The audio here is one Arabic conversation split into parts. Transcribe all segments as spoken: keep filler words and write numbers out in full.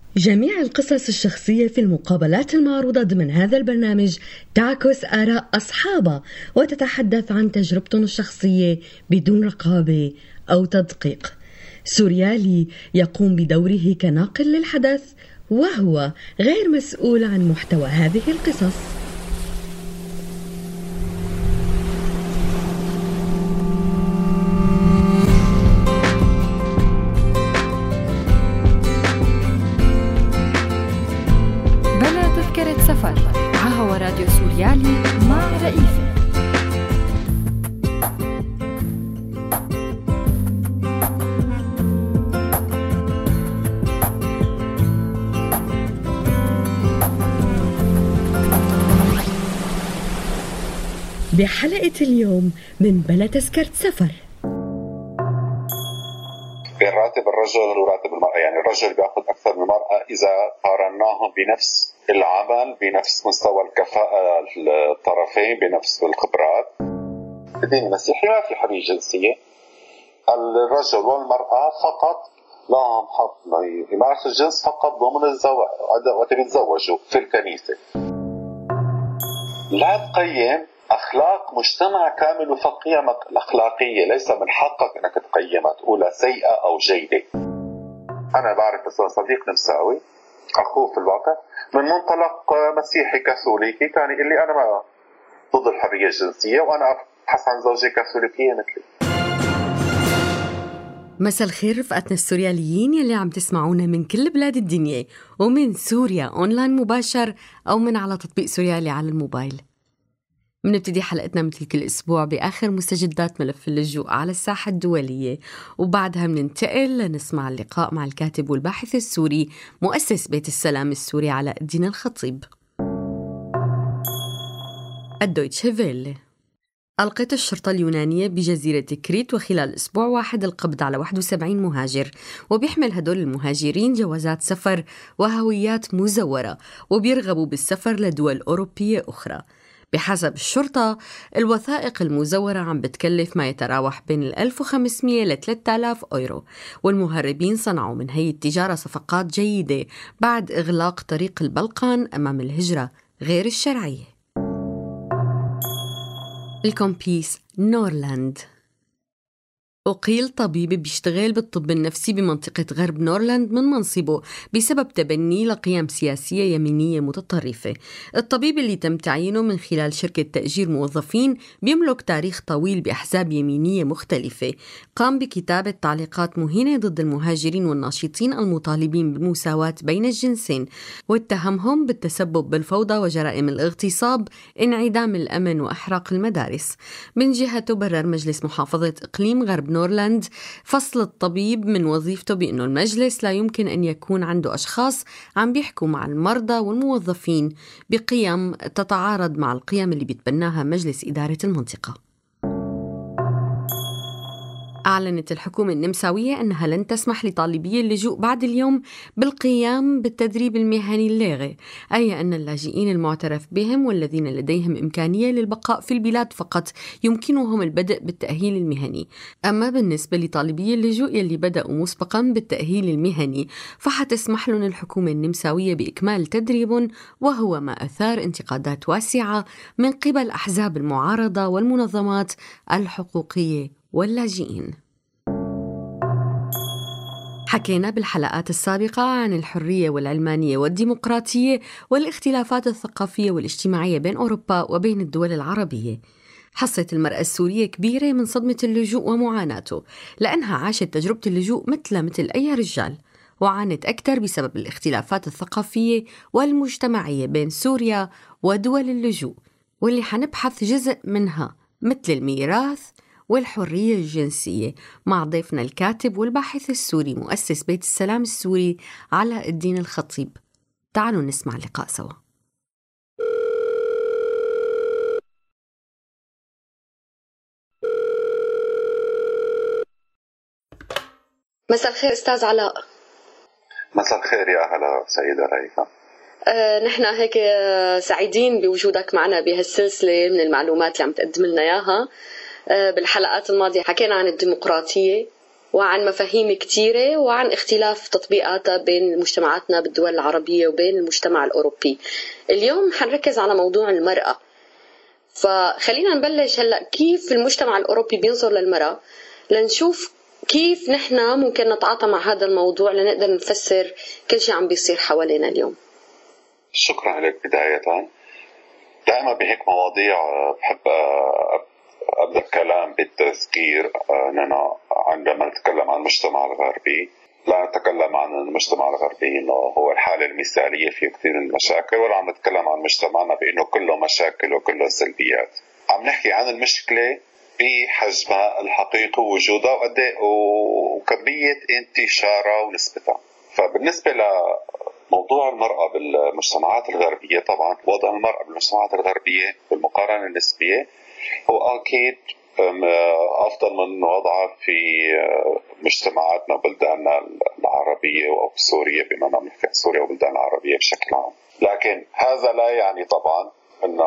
جميع القصص الشخصية في المقابلات المعروضة ضمن هذا البرنامج تعكس آراء أصحابها وتتحدث عن تجربتهم الشخصية بدون رقابة أو تدقيق. سوريالي يقوم بدوره كناقل للحدث وهو غير مسؤول عن محتوى هذه القصص. سفر عهوى راديو سوريالي مع رئيفة. بحلقة اليوم من بلا تذكرة سفر. بين راتب الرجل وراتب المرأة، يعني الرجل بيأخذ أكثر من المرأة إذا قارناهم بنفس العمل، بنفس مستوى الكفاءة الطرفين، بنفس الخبرات. الدين المسيحي ما في حرية جنسية، الرجل والمرأة فقط لهم حق يمارسوا الجنس فقط ضمن الزواج وقت بيتزوجوا في الكنيسة. لا تقيم أخلاق مجتمع كامل وفق قيمك الأخلاقية، ليس من حقك أنك تقيمها تقولها سيئة أو جيدة. أنا بعرف صديق نمساوي أخوه في الواقع من منطلق مسيحي كاثوليكي كان يقول لي أنا ما ضد الحرية الجنسية وأنا أبحث عن زوجة كاثوليكية مثلي. مساء الخير رفقاتنا السورياليين يلي عم تسمعونا من كل بلاد الدنيا ومن سوريا أونلاين مباشر أو من على تطبيق سوريالي على الموبايل. منبتدي حلقتنا مثل كل أسبوع بآخر مستجدات ملف اللجوء على الساحة الدولية، وبعدها مننتقل لنسمع اللقاء مع الكاتب والباحث السوري مؤسس بيت السلام السوري علاء الدين الخطيب. الدويتشه فيلي. ألقت الشرطة اليونانية بجزيرة كريت وخلال أسبوع واحد القبض على واحد وسبعين مهاجر، وبيحمل هدول المهاجرين جوازات سفر وهويات مزورة وبيرغبوا بالسفر لدول أوروبية أخرى. بحسب الشرطة الوثائق المزورة عم بتكلف ما يتراوح بين ألف وخمسمية ل ثلاثة آلاف أورو، والمهربين صنعوا من هي التجارة صفقات جيدة بعد إغلاق طريق البلقان أمام الهجرة غير الشرعية. الكومبيس نورلاند. أقيل طبيب بيشتغل بالطب النفسي بمنطقة غرب نورلاند من منصبه بسبب تبنيه لقيم سياسية يمينية متطرفة. الطبيب اللي تم تعيينه من خلال شركة تأجير موظفين بيملك تاريخ طويل بأحزاب يمينية مختلفة. قام بكتابة تعليقات مهينة ضد المهاجرين والناشطين المطالبين بالمساواة بين الجنسين، واتهمهم بالتسبب بالفوضى وجرائم الاغتصاب، انعدام الأمن وإحراق المدارس. من جهته برر مجلس محافظة إقليم غرب نورلاند فصل الطبيب من وظيفته بأنه المجلس لا يمكن أن يكون عنده أشخاص عم بيحكوا مع المرضى والموظفين بقيم تتعارض مع القيم اللي بيتبناها مجلس إدارة المنطقة. أعلنت الحكومة النمساوية أنها لن تسمح لطالبي اللجوء بعد اليوم بالقيام بالتدريب المهني اللاغي، أي أن اللاجئين المعترف بهم والذين لديهم إمكانية للبقاء في البلاد فقط يمكنهم البدء بالتأهيل المهني. أما بالنسبة لطالبي اللجوء يلي بدأوا مسبقا بالتأهيل المهني فحتسمح لهم الحكومة النمساوية بإكمال تدريب، وهو ما أثار انتقادات واسعة من قبل أحزاب المعارضة والمنظمات الحقوقية واللاجئين. حكينا بالحلقات السابقة عن الحرية والعلمانية والديمقراطية والاختلافات الثقافية والاجتماعية بين أوروبا وبين الدول العربية. حصت المرأة السورية كبيرة من صدمة اللجوء ومعاناته، لأنها عاشت تجربة اللجوء مثل مثل أي رجال، وعانت أكثر بسبب الاختلافات الثقافية والمجتمعية بين سوريا ودول اللجوء، واللي حنبحث جزء منها مثل الميراث والحرية الجنسية مع ضيفنا الكاتب والباحث السوري مؤسس بيت السلام السوري علاء الدين الخطيب. تعالوا نسمع اللقاء سوا. مساء الخير أستاذ علاء. مساء الخير يا هلا سيدة رئيفة. أه نحن هيك سعيدين بوجودك معنا بهالسلسلة من المعلومات اللي عم تقدم لنا إياها. بالحلقات الماضية حكينا عن الديمقراطية وعن مفاهيم كتيرة وعن اختلاف تطبيقاتها بين مجتمعاتنا بالدول العربية وبين المجتمع الأوروبي. اليوم حنركز على موضوع المرأة، فخلينا نبلش هلأ كيف المجتمع الأوروبي بينظر للمرأة لنشوف كيف نحن ممكن نتعاطى مع هذا الموضوع لنقدر نفسر كل شيء عم بيصير حوالينا اليوم. شكرا لك. بداية دائما بهيك مواضيع بحب أبدأ الكلام بالتذكير أننا عندما نتكلم عن المجتمع الغربي لا نتكلم عن المجتمع الغربي أنه هو الحالة المثالية في كثير من المشاكل، ولا عم نتكلم عن مجتمعنا بأنه كله مشاكل وكله سلبيات. عم نحكي عن المشكلة بحجمها الحقيقي ووجودها وكمية انتشارها ونسبتها. فبالنسبة لموضوع المرأة بالمجتمعات الغربية، طبعا وضع المرأة بالمجتمعات الغربية بالمقارنة النسبية هو أكيد أفضل من وضعها في مجتمعاتنا وبلداننا العربية أو سوريا، بما أننا نحكي عن سوريا وبلدان العربية بشكل عام. لكن هذا لا يعني طبعا أن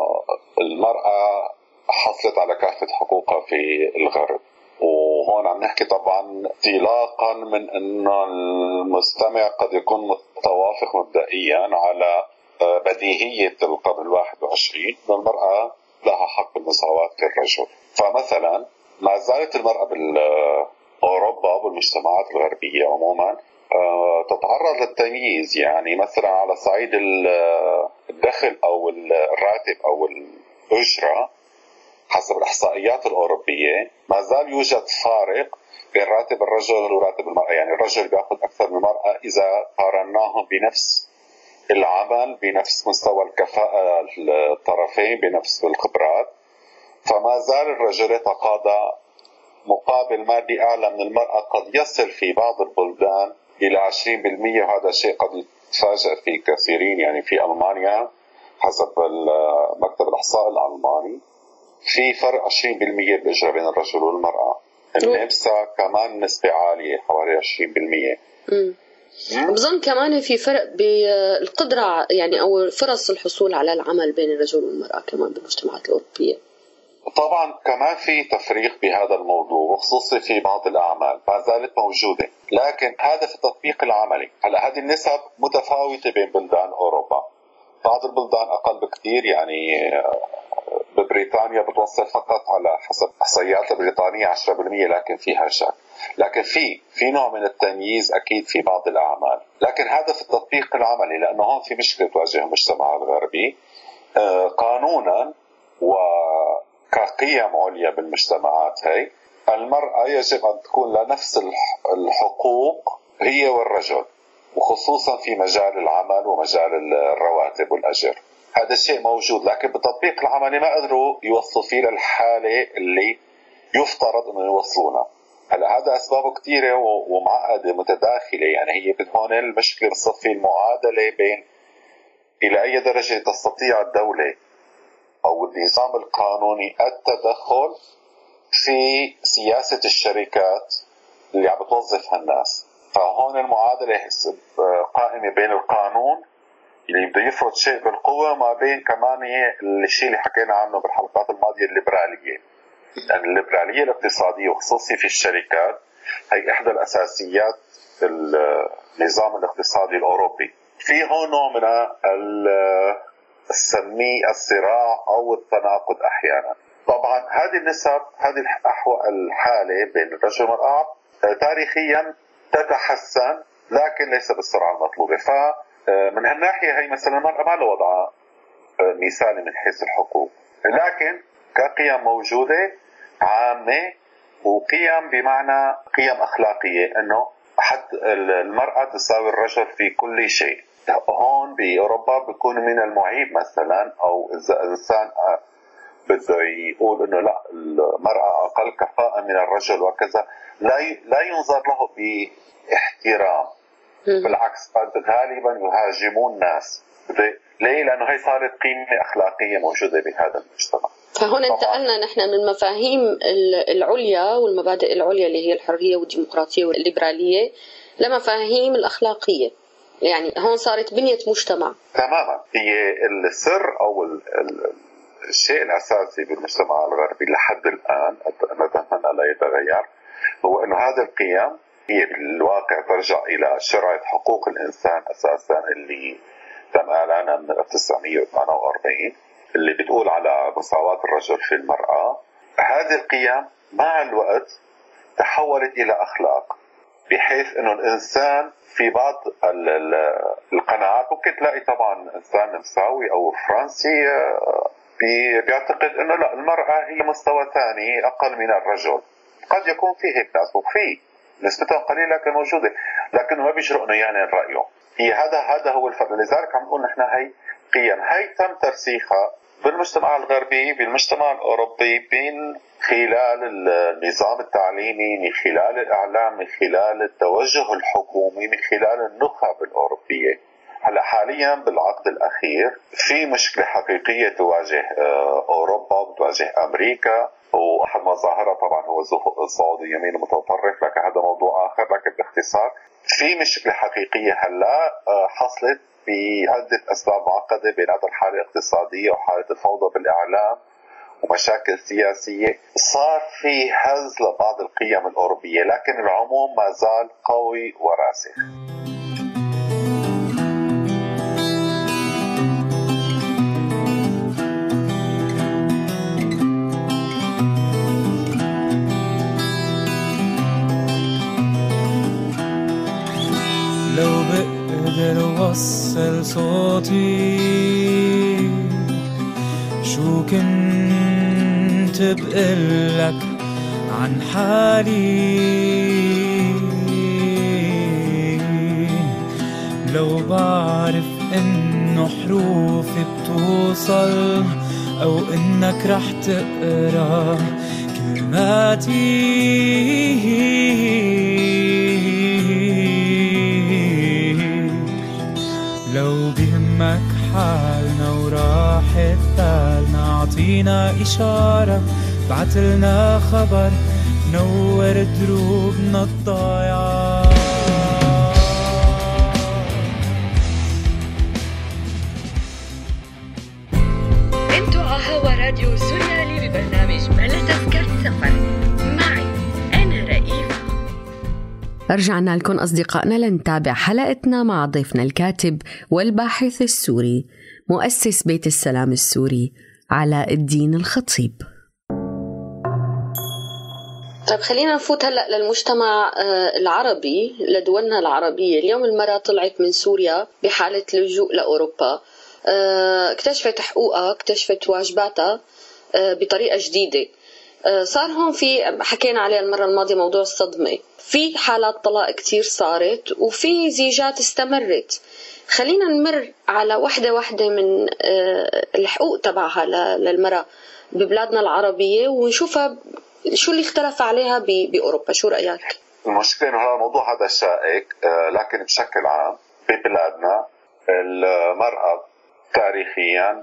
المرأة حصلت على كافة حقوقها في الغرب. وهون عم نحكي طبعا انطلاقا من أن المستمع قد يكون متوافق مبدئيا على بديهية القرن الواحد وعشرين أن المرأة لها حق المساواة كالرجل. فمثلا ما زالت المرأة بالأوروبا والمجتمعات الغربية عموما تتعرض للتمييز، يعني مثلا على صعيد الدخل أو الراتب أو الأجرة حسب الإحصائيات الأوروبية ما زال يوجد فارق بين راتب الرجل وراتب المرأة. يعني الرجل بيأخذ أكثر من المرأة إذا قارناهم بنفس العمل، بنفس مستوى الكفاءة الطرفين، بنفس الخبرات. فما زال الرجل يتقاضى مقابل مادي أعلى من المرأة، قد يصل في بعض البلدان إلى عشرين بالمئة، وهذا شيء قد يتفاجأ في كثيرين. يعني في ألمانيا حسب مكتب الإحصاء الألماني في فرق عشرين بالمئة بالأجرة بين الرجل والمرأة. النمسا كمان نسبة عالية حوالي عشرين بالمئة. بظن كمان في فرق بالقدرة يعني أو فرص الحصول على العمل بين الرجل والمرأة كمان بالمجتمعات الأوروبية. طبعا كمان في تفريق بهذا الموضوع، وخصوصا في بعض الأعمال ما زالت موجودة، لكن هذا في التطبيق العملي. هلا هذه النسب متفاوتة بين بلدان أوروبا، بعض البلدان أقل بكثير. يعني ببريطانيا بتوصل فقط على حسب إحصائيات البريطانية عشرة بالمئة، لكن فيها شك. لكن في في نوع من التمييز أكيد في بعض الأعمال، لكن هذا في التطبيق العملي، لأنه هون في مشكلة تواجه المجتمع الغربي قانونا وكقيم عليا بالمجتمعات هي. المرأة يجب أن تكون لنفس الحقوق هي والرجل، وخصوصا في مجال العمل ومجال الرواتب والأجر. هذا الشيء موجود، لكن بالتطبيق العملي ما قدروا يوصلوا فيه للحالة اللي يفترض أنه يوصلونها. هلا هذا أسبابه كثيرة ومعقدة متداخلة. يعني هي هون المشكلة بتصفي المعادلة بين إلى أي درجة تستطيع الدولة أو النظام القانوني التدخل في سياسة الشركات اللي عم بتوظف هالناس. فهون المعادلة قائمة بين القانون اللي بده يفرض شيء بالقوة ما بين كمان الشيء اللي حكينا عنه بالحلقات الماضية الليبرالية. يعني الليبرالية الاقتصادية وخصوصي في الشركات هي إحدى الأساسيات النظام الاقتصادي الأوروبي. في هون نوع من السمي الصراع أو التناقض أحيانا. طبعا هذه النسب هذه الحالة بين الرجل والمرأة تاريخيا تتحسن، لكن ليس بالسرعة المطلوبة. فمن هالناحية هي مثلا المرأة ما له وضعها مثالي من حيث الحقوق، لكن كقيم موجودة عامة، وقيم بمعنى قيم أخلاقية أنه حتى المرأة تساوي الرجل في كل شيء. هون بأوروبا بيكون من المعيب مثلا أو إذا إنسان بده يقول إنه لا المرأة أقل كفاءة من الرجل وكذا، لا لا ينظر له باحترام، بالعكس غالبا يهاجمون الناس. ليه؟ لأنه هي صارت قيمة أخلاقية موجودة بهذا المجتمع. فهون انتقلنا نحن من مفاهيم العليا والمبادئ العليا اللي هي الحرية والديمقراطية والليبرالية لمفاهيم الأخلاقية. يعني هون صارت بنية مجتمع تماما. هي السر أو الشيء الأساسي بالمجتمع الغربي لحد الآن نتمنى لا يتغير هو أنه هذه القيم هي بالواقع ترجع إلى شرعة حقوق الإنسان أساسا اللي تم إعلانها من ألف وتسعمئة وثمانية وأربعين، اللي بتقول على مساواة الرجل في المرأة. هذه القيم مع الوقت تحولت إلى أخلاق، بحيث أنه الإنسان في بعض القناعات ممكن تلاقي طبعا إنسان نمساوي أو فرنسي بيعتقد أنه لا، المرأة هي مستوى ثاني أقل من الرجل. قد يكون فيه هيك ناس، وفي نسبتها قليلة لكن موجودة، لكنه ما بيجرؤوا أنه يعني رأيه. هي هذا هذا هو الفرق. لذلك عم نقول نحن هي قيم هي تم ترسيخها بالمجتمع الغربي، بالمجتمع الأوروبي، من خلال النظام التعليمي، من خلال الإعلام، من خلال التوجه الحكومي، من خلال النخب الأوروبية. هلا حاليا بالعقد الأخير في مشكلة حقيقية تواجه أوروبا وتواجه أمريكا، وأحد مظاهرها طبعا هو صعود اليمين المتطرف، لكن هذا موضوع آخر. لكن باختصار في مشكلة حقيقية هلا حصلت بعدة أسباب معقدة، بين هذا الحالة الاقتصادية وحالة الفوضى بالإعلام ومشاكل سياسية. صار في هز لبعض القيم الأوروبية، لكن العموم ما زال قوي وراسخ. لو بقدر وصل صوتي شو كنت بقلك عن حالي، لو بعرف انه حروفي بتوصل او انك رح تقرا كلماتي، لو بهمك حالنا وراحة بالنا عطينا إشارة، بعتلنا خبر نور دروبنا الضايعة. انتوا عهوا راديو سوريالي ببرنامج بلا تذكرة سفر معي أنا رئيفة. رجعنا لكم أصدقائنا لنتابع حلقتنا مع ضيفنا الكاتب والباحث السوري مؤسس بيت السلام السوري علاء الدين الخطيب. طيب خلينا نفوت هلأ للمجتمع العربي، لدولنا العربية. اليوم المرأة طلعت من سوريا بحالة لجوء لأوروبا، اكتشفت حقوقها، اكتشفت واجباتها بطريقة جديدة. صار هون في حكينا عليه المرة الماضية موضوع الصدمة، في حالات طلاق كتير صارت وفي زيجات استمرت. خلينا نمر على واحدة واحدة من الحقوق تبعها للمرأة ببلادنا العربية ونشوفها شو اللي اختلف عليها بأوروبا. شو رأيك؟ المشكلة إنه هذا الموضوع هذا شائك، لكن بشكل عام ببلادنا المرأة تاريخيا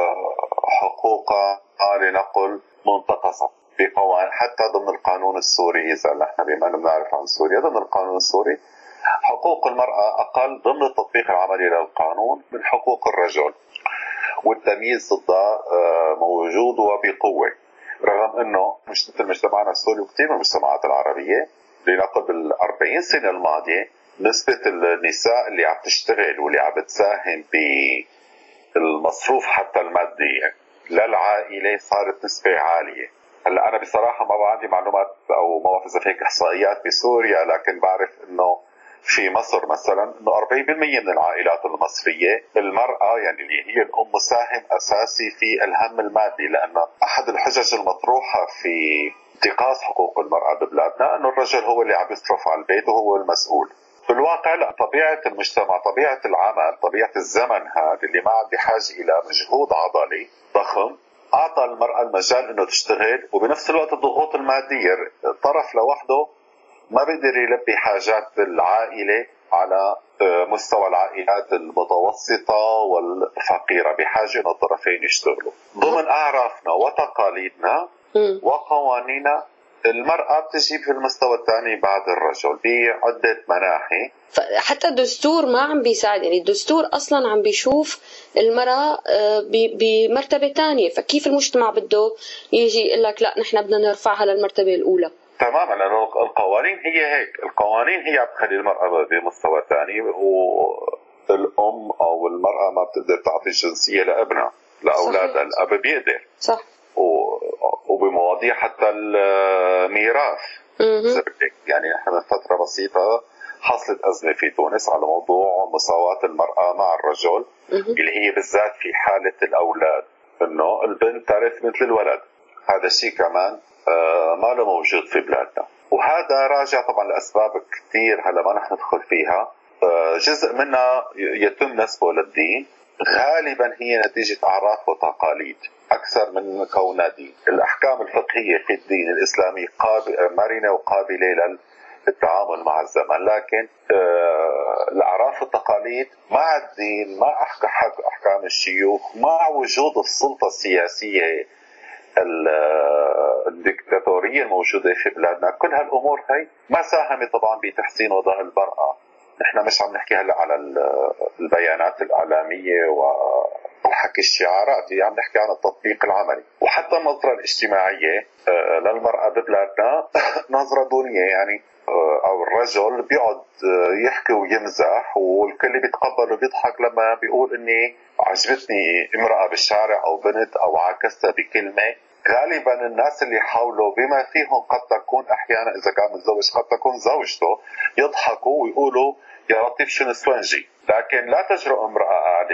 حقوقها لنقل منتقصة بقوانين، حتى ضمن القانون السوري. إذا نحن بما أننا بنعرف عن سوريا، ضمن القانون السوري حقوق المرأة أقل ضمن التطبيق العملي للقانون من حقوق الرجل، والتمييز ضدها موجود وبقوة، رغم أنه مش مثل مجتمعنا السوري وكثير من المجتمعات العربية. لنقل بالأربعين سنة الماضية نسبة النساء اللي عم تشتغل واللي عم تساهم بالمصروف حتى المادي للعائلة صارت نسبة عالية. هلا أنا بصراحة ما عندي معلومات أو ما بعرف إذا في إحصائيات بسوريا، لكن بعرف إنه في مصر مثلا إنه أربعين بالمئة من العائلات المصرية المرأة يعني اللي هي الأم مساهم أساسي في الهم المادي، لأن أحد الحجج المطروحة في انتقاص حقوق المرأة ببلادنا إنه الرجل هو اللي عم يصرف على البيت وهو المسؤول. بالواقع لا، طبيعة المجتمع، طبيعة العمل، طبيعة الزمن هذا اللي ما عم بحاجة إلى مجهود عضلي ضخم أعطى المرأة المجال إنه تشتغل، وبنفس الوقت الضغوط المادية طرف لوحده ما بيقدر يلبي حاجات العائلة على مستوى العائلات المتوسطة والفقيرة، بحاجة إن الطرفين يشتغلوا. ضمن أعرافنا وتقاليدنا وقوانيننا المرأة بتجي في المستوى الثاني بعد الرجل بعدة مناحي. حتى الدستور ما عم بيساعد، يعني الدستور أصلا عم بيشوف المرأة بمرتبة ثانية، فكيف المجتمع بده يجي يقول لك لا نحن بدنا نرفعها للمرتبة الأولى؟ تماما، لأنه القوانين هي هيك، القوانين هي عم تخلي المرأة بمستوى ثاني، والأم أو المرأة ما بتقدر تعطي الجنسية لابنها لأولادها، الأب بيقدر صح، وبمواضيع حتى الميراث. يعني نحن من فترة بسيطة حصلت أزمة في تونس على موضوع مساواة المرأة مع الرجل، اللي هي بالذات في حالة الأولاد، إنه البنت ترث مثل الولد. هذا الشيء كمان ما له موجود في بلادنا، وهذا راجع طبعا لأسباب كثير هلا ما نحن ندخل فيها. جزء منها يتم نسبه للدين، غالبا هي نتيجة أعراف وتقاليد أكثر من كونها دين. الأحكام الفقهية في الدين الإسلامي مرنة وقابلة للتعامل مع الزمن، لكن الأعراف والتقاليد مع الدين، مع أحكام الشيوخ، مع وجود السلطة السياسية الدكتاتورية الموجودة في بلادنا، كل هالأمور هاي ما ساهمت طبعا بتحسين وضع المرأة. نحن مش عم نحكي هلا على البيانات الإعلامية وحكي الشعارات، عم نحكي عن التطبيق العملي. وحتى النظرة الاجتماعية للمرأة ببلادنا نظرة دونية، يعني أو الرجل بيقعد يحكي ويمزح والكل بيتقبل وبيضحك لما بيقول إني عجبتني امرأة بالشارع أو بنت أو عاكستها بكلمة. غالبا الناس اللي حوله بما فيهم قد تكون أحيانا إذا كان متزوج قد تكون زوجته يضحكوا ويقولوا يا لطيف شو نسوانجي. لكن لا تجرؤ امرأة قاعدة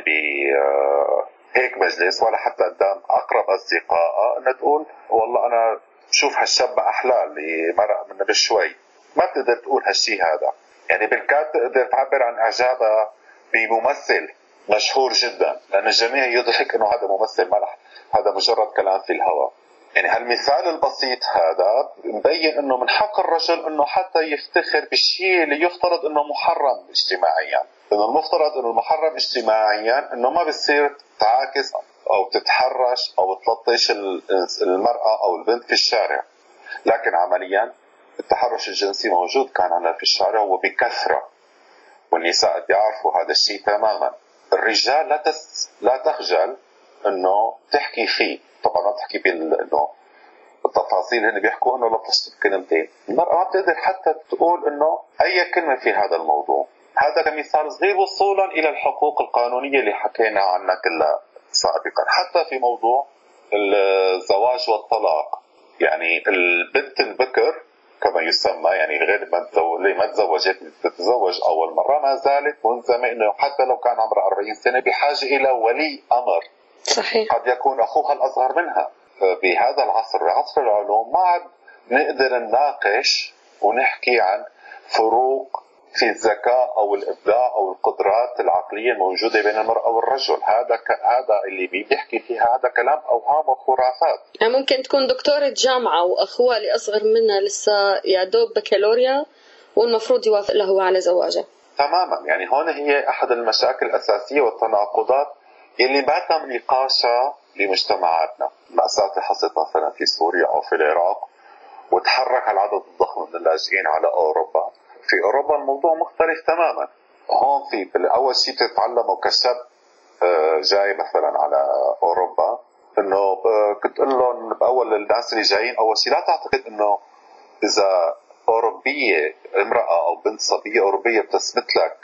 بهيك مجلس ولا حتى قدام أقرب أصدقائها أن تقول والله أنا شوف هالشاب أحلى اللي مرق منه بشوي. ما بتقدر تقول هالشي هذا. يعني بالكاد تقدر تعبر عن إعجابها بممثل مشهور جدا، لأن الجميع يضحك إنه هذا ممثل ملح، هذا مجرد كلام في الهواء. يعني هالمثال البسيط هذا مبين إنه من حق الرجل إنه حتى يفتخر بالشيء اللي يفترض إنه محرم اجتماعيا. إنه المفترض إنه المحرم اجتماعيا إنه ما بتصير تعاكس أو تتحرش أو تلطش المرأة أو البنت في الشارع، لكن عمليا التحرش الجنسي موجود كان عندنا في الشارع وبكثرة، والنساء بيعرفوا هذا الشيء تماما. الرجال لا تس لا تخجل إنه تحكي فيه، طبعا ما تحكي بال التفاصيل اللي بيحكوا إنه لطشت بكلمتين. المرأة ما بتقدر حتى تقول إنه أي كلمة في هذا الموضوع. هذا كمثال صغير وصولا إلى الحقوق القانونية اللي حكينا عنها كلها سابقا. حتى في موضوع الزواج والطلاق، يعني البنت البكر كما يسمى، يعني غير ما تزوجت تتزوج أول مرة، ما زالت ملزمة إنه حتى لو كان عمرها أربعين سنة بحاجة إلى ولي أمر. صحيح. قد يكون أخوها الأصغر منها. بهذا العصر، بعصر العلوم، ما عاد نقدر نناقش ونحكي عن فروق في الذكاء أو الإبداع أو القدرات العقلية الموجودة بين المرأة والرجل. هذا ك... هذا اللي بيحكي فيها هذا كلام أوهام وخرافات. يعني ممكن تكون دكتورة جامعة وأخوها اللي أصغر منها لسه يا دوب بكالوريا والمفروض يوافق له على زواجه. تماما. يعني هون هي أحد المشاكل الأساسية والتناقضات اللي ما تم نقاشها لمجتمعاتنا. المأساة اللي حصلت مثلا في سوريا أو في العراق وتحرك العدد الضخم من اللاجئين على أوروبا. في أوروبا الموضوع مختلف تماما. هون في أول شيء تتعلمه كشاب جاي مثلا على أوروبا، إنه كنت أقول لهم بأول الناس اللي جايين أول شيء لا تعتقد إنه إذا أوروبية امرأة أو بنت صبية أوروبية بتثبت لك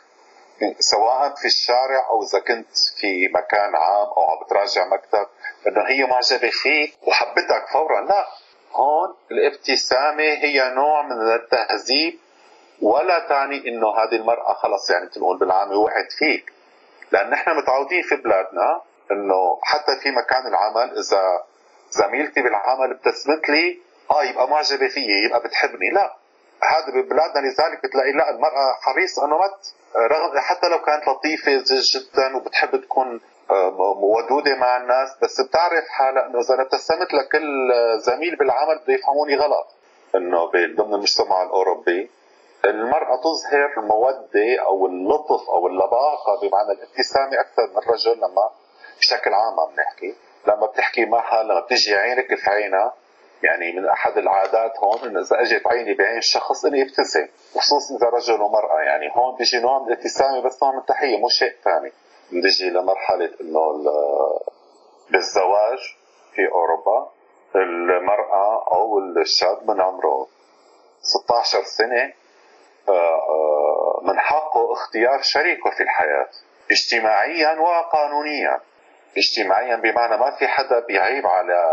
سواء في الشارع أو إذا كنت في مكان عام أو عم بتراجع مكتب إنه هي معجبة فيك وحبتك فورا. لا، هون الابتسامة هي نوع من التهذيب، ولا تعني إنه هذه المرأة خلص يعني تنقول بالعامة وقعت فيك. لأن نحن متعودين في بلادنا إنه حتى في مكان العمل إذا زميلتي بالعمل بتثبت لي آه يبقى معجبة فيي يبقى بتحبني. لا، هذا ببلادنا لذلك بتلاقي لا، المرأة حريصة إنه مت رغم حتى لو كانت لطيفة جدا وبتحب تكون ودودة مع الناس، بس بتعرف حالها إنه إذا ابتسمت لكل زميل بالعمل بده يفهموني غلط. إنه ضمن المجتمع الأوروبي المرأة تظهر المودة أو اللطف أو اللباقة بمعنى الابتسامة أكثر من الرجل. لما بشكل عام عم نحكي لما بتحكي معها، لما بتجي عينك في عينها، يعني من أحد العادات هون إن إذا أجت عيني بعين الشخص إني ابتسم، خصوصا إذا رجل ومرأة. يعني هون بيجي نوع من الابتسامة بس نوع من التحية مو شيء ثاني. بنجي لمرحلة إنه بالزواج في أوروبا المرأة أو الشاب من عمره ستة عشر سنة من حقه اختيار شريكه في الحياة اجتماعيا وقانونيا. اجتماعيا بمعنى ما في حدا بيعيب على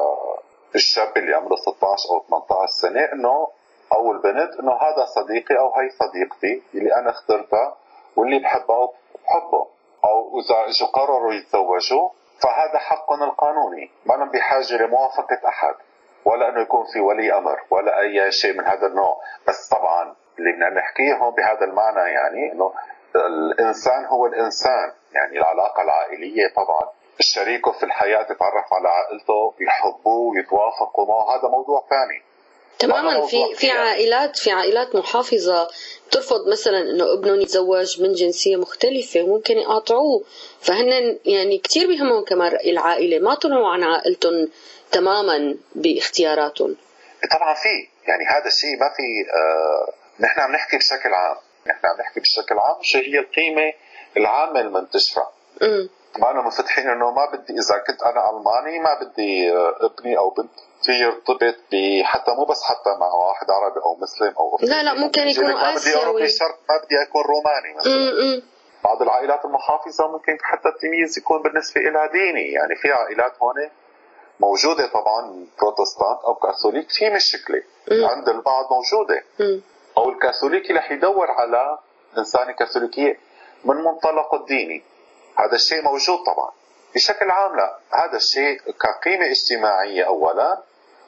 الشاب اللي عمره ستة عشر أو ثمانية عشر سنة إنه أو البنت إنه هذا صديقي أو هي صديقتي اللي أنا اخترتها واللي بحبها وبحبه، أو إذا قرروا يتزوجوا فهذا حقهم القانوني، ما لهم بحاجة لموافقة أحد ولا إنه يكون في ولي أمر ولا أي شيء من هذا النوع. بس طبعا اللي بدنا نحكيه هون بهذا المعنى يعني إنه الإنسان هو الإنسان، يعني العلاقة العائلية طبعا الشريك في الحياة يتعرف على عائلته يحبوه ويتوافقوا معه، هذا موضوع ثاني تماما. في في عائلات في عائلات محافظة ترفض مثلا انه ابنهم يتزوج من جنسية مختلفة وممكن يقاطعوه، فهن يعني كتير بيهمهم كمان رأي العائلة، ما طلعوا عن عائلتهم تماما باختياراتهم. طبعا في يعني هذا الشيء ما في آه نحن عم نحكي بشكل عام، نحن عم نحكي بشكل عام شو هي القيمة العامة المنتشرة. امم ما أنا منفتحين إنه ما بدي إذا كنت أنا ألماني ما بدي ابني أو بنتي يرتبط حتى مو بس حتى مع واحد عربي أو مسلم أو أفريقي. لا لا ممكن يكون آسيوي، شرط ما بدي أكون روماني مثلا. م-م. بعض العائلات المحافظة ممكن حتى التمييز يكون بالنسبة إلى ديني، يعني في عائلات هون موجودة طبعا بروتستانت أو كاثوليك في مشكلة م. عند البعض موجودة م. أو الكاثوليكي رح يدور على إنسان كاثوليكية من منطلق الديني، هذا الشيء موجود طبعا. بشكل عام لا، هذا الشيء كقيمة اجتماعية أولا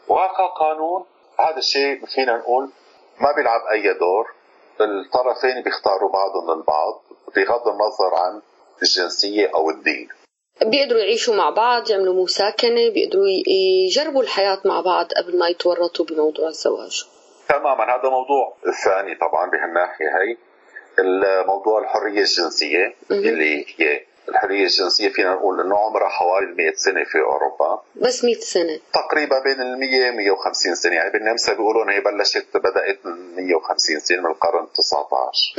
وكقانون هذا الشيء فينا نقول ما بيلعب أي دور، الطرفين بيختاروا بعضهم البعض بغض النظر عن الجنسية أو الدين. بيقدروا يعيشوا مع بعض، يعملوا مساكنة، بيقدروا يجربوا الحياة مع بعض قبل ما يتورطوا بموضوع الزواج. تماما، هذا موضوع ثاني طبعا بهالناحية هي. الموضوع الحرية الجنسية م- اللي هي الحرية الجنسية فينا نقول إنه عمرها حوالي مئة سنة في أوروبا، بس مئة سنة تقريبا بين المية مية وخمسين سنة، يعني بالنمسا بيقولون هي بلشت بدأت من مية وخمسين سنة من القرن التاسع عشر.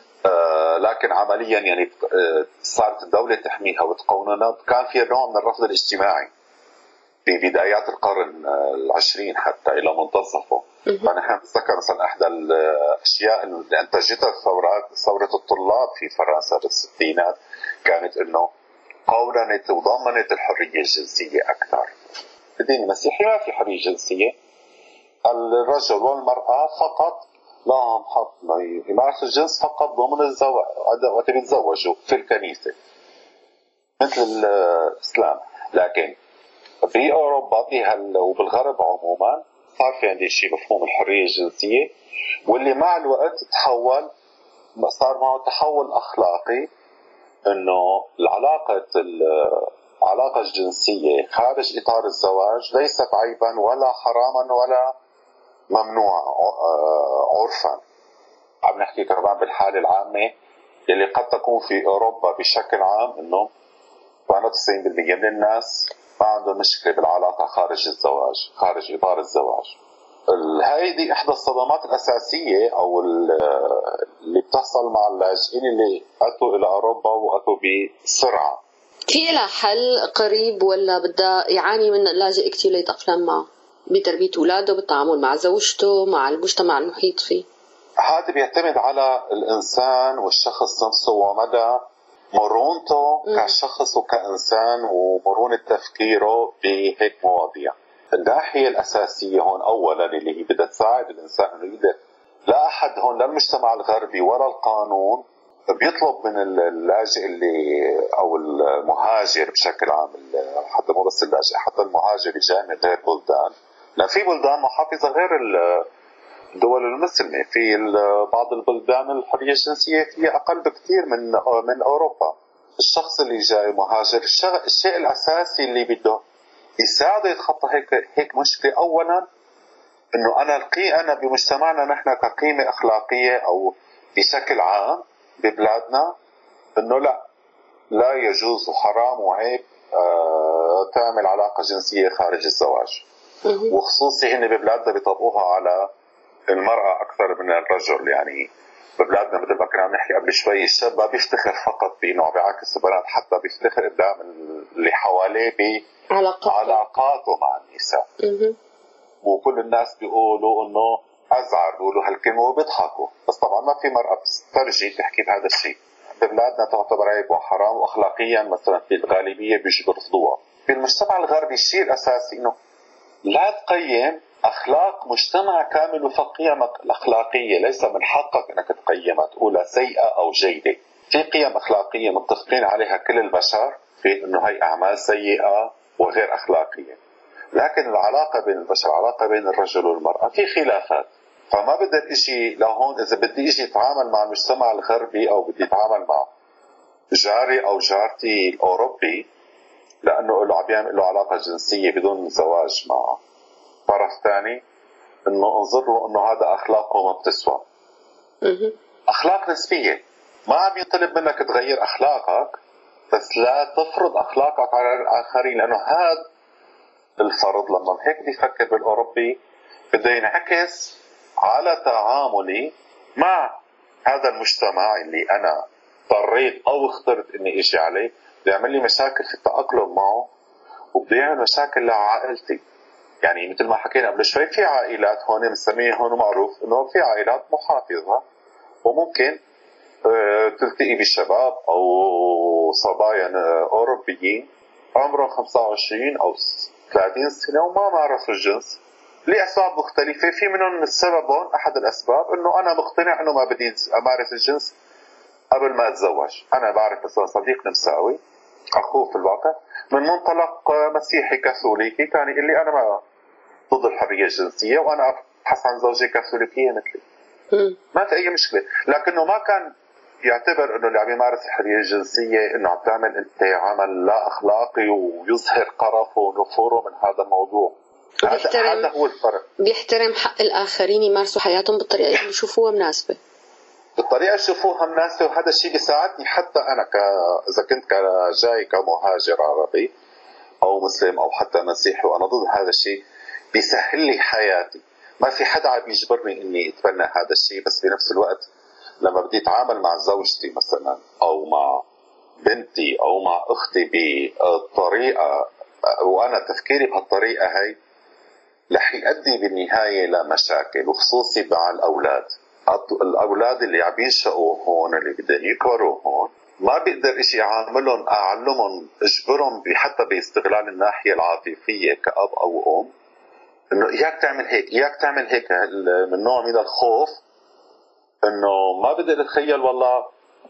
آه لكن عمليا يعني صارت الدولة تحميها وتقوننها، كان فيها نوع من الرفض الاجتماعي في بدايات القرن العشرين حتى إلى منتصفه. فنحن نتذكر مثلا إحدى الأشياء اللي أنتجتها الثورات ثورة الطلاب في فرنسا بالستينات كانت إنه قوننت وضمنت الحرية الجنسية أكثر. الدين المسيحي ما في حرية جنسية، الرجل والمرأة فقط لهم حق يمارسوا الجنس فقط ضمن الزواج وقت بيتزوجوا في الكنيسة مثل الإسلام. لكن في أوروبا وبالغرب عموما صار في عندي شيء مفهوم الحرية الجنسية، واللي مع الوقت تحول صار معه تحول أخلاقي، إنه العلاقة العلاقة الجنسية خارج إطار الزواج ليست عيبا ولا حراما ولا ممنوعا عرفا. عم نحكي كمان بالحالة العامة اللي قد تكون في أوروبا بشكل عام، إنه ثمانية وتسعين بالمئة من الناس ما عندهم مشكلة بالعلاقة خارج الزواج خارج إطار الزواج. هاي دي إحدى الصدمات الأساسية أو اللي بتحصل مع اللاجئين اللي أتوا إلى أوروبا وأتوا بسرعة. في لها حل قريب ولا بدها يعاني من اللاجئ كتير ليتأقلم معه بتربية أولاده بالتعامل مع زوجته مع المجتمع المحيط فيه؟ هذا بيعتمد على الإنسان والشخص نفسه ومدى مرونته م. كشخص وكإنسان ومرونة تفكيره بهيك مواضيع. الناحية الأساسية هون أولا اللي هي بدها تساعد الإنسان إنه يقدر، لا أحد هون لا المجتمع الغربي ولا القانون بيطلب من اللاجئ اللي أو المهاجر بشكل عام، حتى مو بس اللاجئ حتى المهاجر اللي جاي من غير بلدان، لأن في بلدان محافظة غير الدول المسلمة، في بعض البلدان الحرية الجنسية فيها أقل بكثير من من أوروبا. الشخص اللي جاي مهاجر الشيء الأساسي اللي بده يساعده يتخطى هيك هيك مشكلة أولا إنه أنا القي أنا بمجتمعنا نحن كقيمة أخلاقية أو بشكل عام ببلادنا إنه لا لا يجوز وحرام وعيب آه تعمل علاقة جنسية خارج الزواج، وخصوصي هن ببلادنا بيطبقوها على المرأة أكثر من الرجل. يعني ببلادنا مثل ما كنا نحكي قبل شوي الشاب ما بيفتخر فقط بأنه بعكس البنات، حتى بيفتخر قدام اللي حواليه بعلاقاته مع النساء. وكل الناس بيقولوا إنه أزعر بيقولوا هالكلمة وبيضحكوا، بس طبعا ما في مرأة بتسترجي تحكي بهذا الشيء. ببلادنا تعتبر عيب وحرام، وأخلاقيا مثلا في الغالبية بيجوا بيرفضوها. في المجتمع الغربي الشيء الأساسي إنه لا تقيم أخلاق مجتمع كامل وفق قيمك الأخلاقية، ليس من حقك أنك تقيمها تقولها سيئة أو جيدة. في قيم أخلاقية متفقين عليها كل البشر في أنه هي أعمال سيئة وغير أخلاقية، لكن العلاقة بين البشر، علاقة بين الرجل والمرأة، في خلافات. فما بدي اجي لهون اذا بدي اجي اتعامل مع المجتمع الغربي او بدي اتعامل مع جاري او جارتي الاوروبي لانه له عم يعمل له علاقه جنسيه بدون زواج مع طرف ثاني، انه انظر له انه هذا اخلاقه ما بتسوى. اخلاق نسبيه، ما عم يطلب منك تغير اخلاقك، بس لا تفرض اخلاقك على الاخرين، لانه هذا الفرض لما هيك بدي افكر بالاوروبي بده ينعكس على تعاملي مع هذا المجتمع اللي أنا اضطريت أو اخترت إني إجي عليه. بده يعمل لي مشاكل في التأقلم معه، وبده يعمل مشاكل لعائلتي. يعني مثل ما حكينا قبل شوي، في عائلات هون بنسميها هون معروف إنه في عائلات محافظة، وممكن تلتقي بشباب أو صبايا أوروبيين عمرهم خمسة وعشرين أو ثلاثين سنة وما مارسوا الجنس لأسباب مختلفة. في منهم السبب هون أحد الأسباب إنه أنا مقتنع إنه ما بدي أمارس الجنس قبل ما أتزوج. أنا بعرف مثلا صديق نمساوي أخوه في الواقع من منطلق مسيحي كاثوليكي كان يقول لي أنا ما ضد الحرية الجنسية وأنا أبحث عن زوجة كاثوليكية مثلي، ما في أي مشكلة. لكنه ما كان يعتبر إنه اللي عم يمارس الحرية الجنسية إنه عم تعمل أنت عمل لا أخلاقي ويظهر قرفه ونفوره من هذا الموضوع. هذا هو الفرق. بيحترم حق الآخرين يمارسوا حياتهم بالطريقة اللي يشوفوها مناسبة، بالطريقة اللي يشوفوها مناسبة. وهذا الشيء بيساعدني حتى أنا ك... إذا كنت جاي كمهاجر عربي أو مسلم أو حتى مسيحي وأنا ضد هذا الشيء، بيسهل لي حياتي. ما في حدا عم يجبرني إني أتبنى هذا الشيء، بس بنفس الوقت لما بدي أتعامل مع زوجتي مثلا أو مع بنتي أو مع أختي بطريقة وأنا تفكيري بهالطريقة هاي رح يؤدي بالنهاية لمشاكل، وخصوصي مع الأولاد. الأولاد اللي عم ينشأوا هون اللي بدهم يكبروا هون ما بيقدر إشي أعاملهم أعلمهم أجبرهم حتى باستغلال الناحية العاطفية كأب أو أم إنه إياك تعمل هيك إياك تعمل هيك، من نوع من الخوف إنه ما بدي أتخيل والله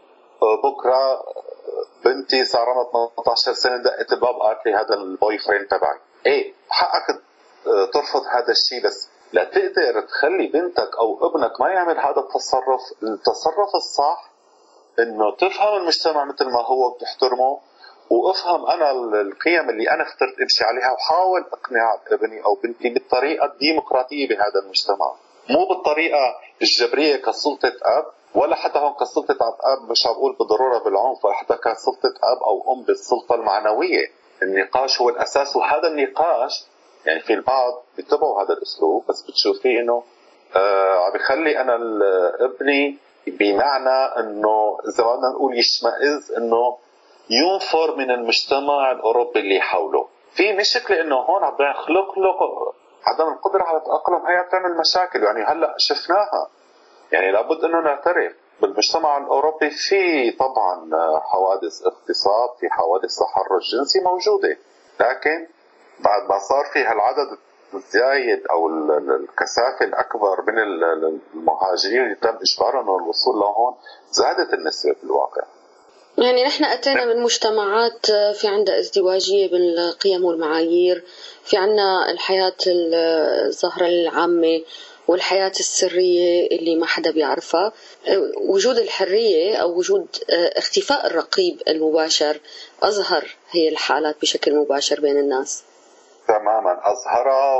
بكرة بنتي صار عمرها ثمانية عشر سنة دقت الباب قالت لي هذا البوي فريند تبعي. إيه حقك ترفض هذا الشيء، بس لا تقدر تخلي بنتك أو ابنك ما يعمل هذا التصرف. التصرف الصح إنه تفهم المجتمع مثل ما هو بتحترمه، وافهم أنا القيم اللي أنا اخترت أمشي عليها، وحاول أقنع ابني أو بنتي بالطريقة الديمقراطية بهذا المجتمع، مو بالطريقة الجبرية كسلطة أب، ولا حتى هون كسلطة أب مش هقول بالضرورة بالعنف، ولا حتى كسلطة أب أو أم بالسلطة المعنوية. النقاش هو الأساس، وهذا النقاش يعني في البعض بيتبعوا هذا الأسلوب، بس بتشوفيه إنه آه عم بيخلي أنا ابني بمعنى إنه إذا بدنا نقول يشمئز، إنه ينفر من المجتمع الأوروبي اللي حوله. في مشكلة إنه هون عم يخلق له عدم القدرة على التأقلم، هي بتعمل مشاكل. يعني هلا شفناها، يعني لابد إنه نعترف بالمجتمع الأوروبي في طبعا حوادث اغتصاب، في حوادث تحرش جنسي موجودة، لكن بعد ما صار في هالعدد الزايد أو الكثافة الأكبر من المهاجرين اللي تم إجبارهم الوصول لهون، زادت النسبة بالواقع. يعني نحن أتينا من مجتمعات في عندها ازدواجية بالقيم والمعايير، في عنا الحياة الظاهرة العامة والحياة السرية اللي ما حدا بيعرفها. وجود الحرية أو وجود اختفاء الرقيب المباشر أظهر هي الحالات بشكل مباشر بين الناس. تماما أظهرها.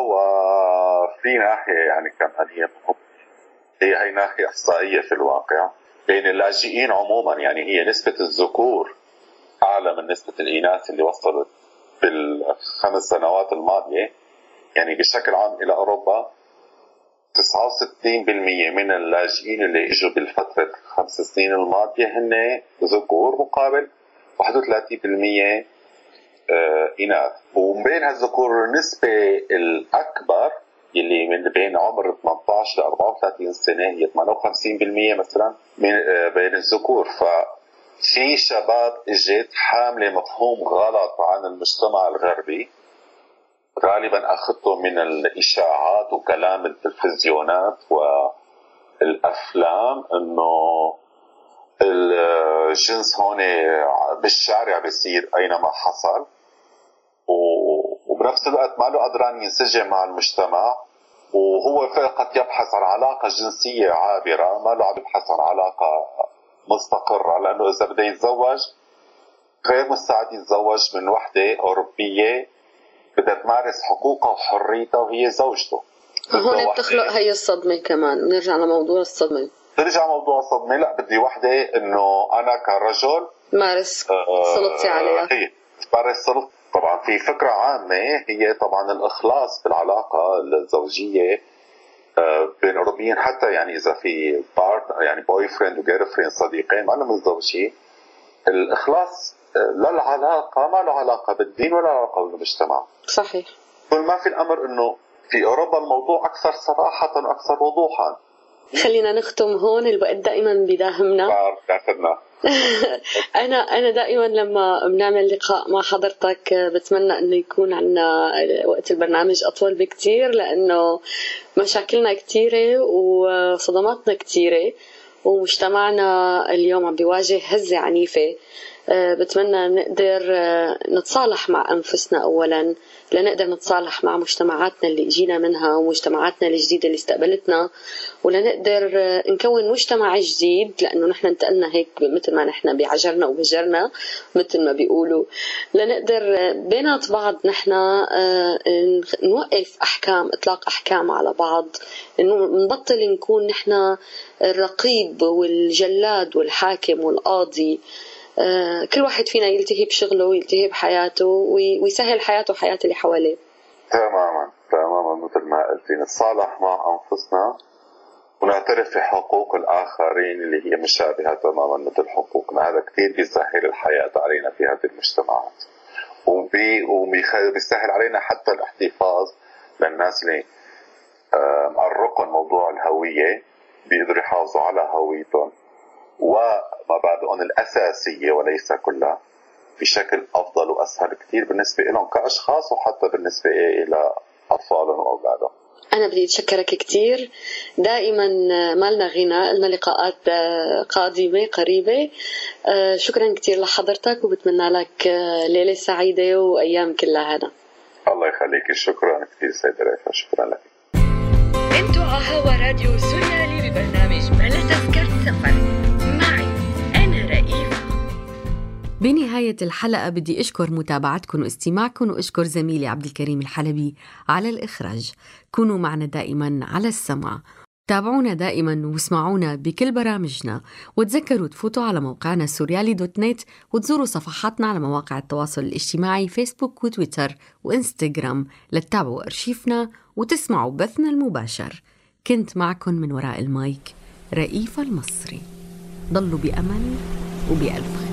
وفي ناحية يعني كمان هي هي هي ناحية إحصائية في الواقع بين اللاجئين عموما، يعني هي نسبة الذكور أعلى من نسبة الإناث اللي وصلت بالخمس سنوات الماضية. يعني بشكل عام إلى أوروبا تسعة وستين بالمئة من اللاجئين اللي إجوا بالفترة خمس سنين الماضية هن ذكور مقابل واحد وثلاثين بالمئة إناث. ومن بين هالذكور النسبة الأكبر يلي من بين عمر ثمانية عشر ل أربعة وثلاثين سنة هي ثمانية وخمسين بالمئة مثلا من بين الذكور. ففي شباب اجت حاملة مفهوم غلط عن المجتمع الغربي، غالبا اخذته من الاشاعات وكلام التلفزيونات والافلام انه الجنس هون بالشارع بيصير اينما حصل، وبنفس الوقت ما له قدران ينسجم مع المجتمع، وهو فقط يبحث عن علاقة جنسية عابرة، ما له عم يبحث عن علاقة مستقرة، لأنه إذا بده يتزوج غير مستعد يتزوج من وحدة أوروبية بدها تمارس حقوقها وحريتها وهي زوجته. هون بتخلق هي الصدمة كمان، نرجع لموضوع الصدمة. ترجع موضوع الصدمة، لا بدي وحدة إنه أنا كرجل مارس سلطتي عليها. هي مارس سلطتي. طبعا في فكرة عامة هي طبعا الإخلاص في العلاقة الزوجية بين أوروبيين، حتى يعني إذا في بارت يعني بوي فريند وجير فريند صديقين ما لهم متزوجين، الإخلاص للعلاقة ما له علاقة بالدين ولا علاقة بالمجتمع. صحيح. كل ما في الأمر إنه في أوروبا الموضوع أكثر صراحة وأكثر وضوحا. خلينا نختم هون، الوقت دائما بداهمنا. داخلنا. أنا أنا دائما لما بنعمل لقاء مع حضرتك بتمنى إنه يكون عنا وقت البرنامج أطول بكتير، لأنه مشاكلنا كتيرة وصدماتنا كتيرة، ومجتمعنا اليوم عم بيواجه هزة عنيفة. بتمنى نقدر نتصالح مع أنفسنا أولا، لنقدر نتصالح مع مجتمعاتنا اللي جينا منها ومجتمعاتنا الجديدة اللي استقبلتنا، ولنقدر نكون مجتمع جديد، لأنه نحن انتقلنا هيك مثل ما نحن بعجرنا وبجرنا مثل ما بيقولوا، لنقدر بينات بعض نحن نوقف أحكام إطلاق أحكام على بعض، إنه نبطل نكون نحن الرقيب والجلاد والحاكم والقاضي. كل واحد فينا يلتهي بشغله ويلتهي بحياته ويسهل حياته وحياة اللي حواليه. تماما تماما مثل ما قلتي، نتصالح مع أنفسنا ونعترف في حقوق الآخرين اللي هي مشابهة تماما مثل حقوقنا. هذا كتير بيسهل الحياة علينا في هذه المجتمعات، وبيسهل علينا حتى الاحتفاظ للناس اللي مقرقهم موضوع الهوية، بيقدروا يحافظوا على هويتهم ومبادئهم الأساسية وليس كلها بشكل أفضل وأسهل كتير بالنسبة لهم كأشخاص، وحتى بالنسبة إلى أطفالهم وأولادهم. أنا بدي أتشكرك كتير، دائما ما لنا غنى، لنا لقاءات قادمة قريبة. شكرا كتير لحضرتك، وبتمنى لك ليلة سعيدة وأيام كلها هنا. الله يخليك، شكرا كتير سيدة ريفا، شكرا لك. انتوا على هوا راديو سوريالي ببرنامج بلا تذكرة سفر معي أنا رئيفة. بنهاية الحلقة بدي أشكر متابعتكم واستماعكم، وأشكر زميلي عبد الكريم الحلبي على الإخراج. كونوا معنا دائما على السمع، تابعونا دائما واسمعونا بكل برامجنا، وتذكروا تفوتوا على موقعنا سوريالي دوت نت، وتزوروا صفحاتنا على مواقع التواصل الاجتماعي فيسبوك وتويتر وإنستغرام لتتابعوا أرشيفنا وتسمعوا بثنا المباشر. كنت معكم من وراء المايك رئيفة المصري. ضلوا بأمل وبألف خير.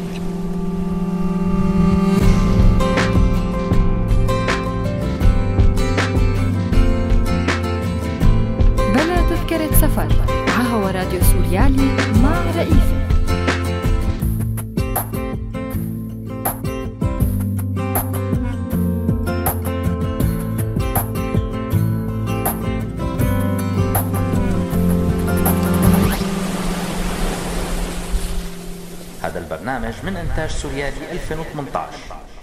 بلا تذكرة سفر على هوا راديو سوريالي مع رئيفة. هذا البرنامج من إنتاج سوريالي ألفين وثمانية عشر.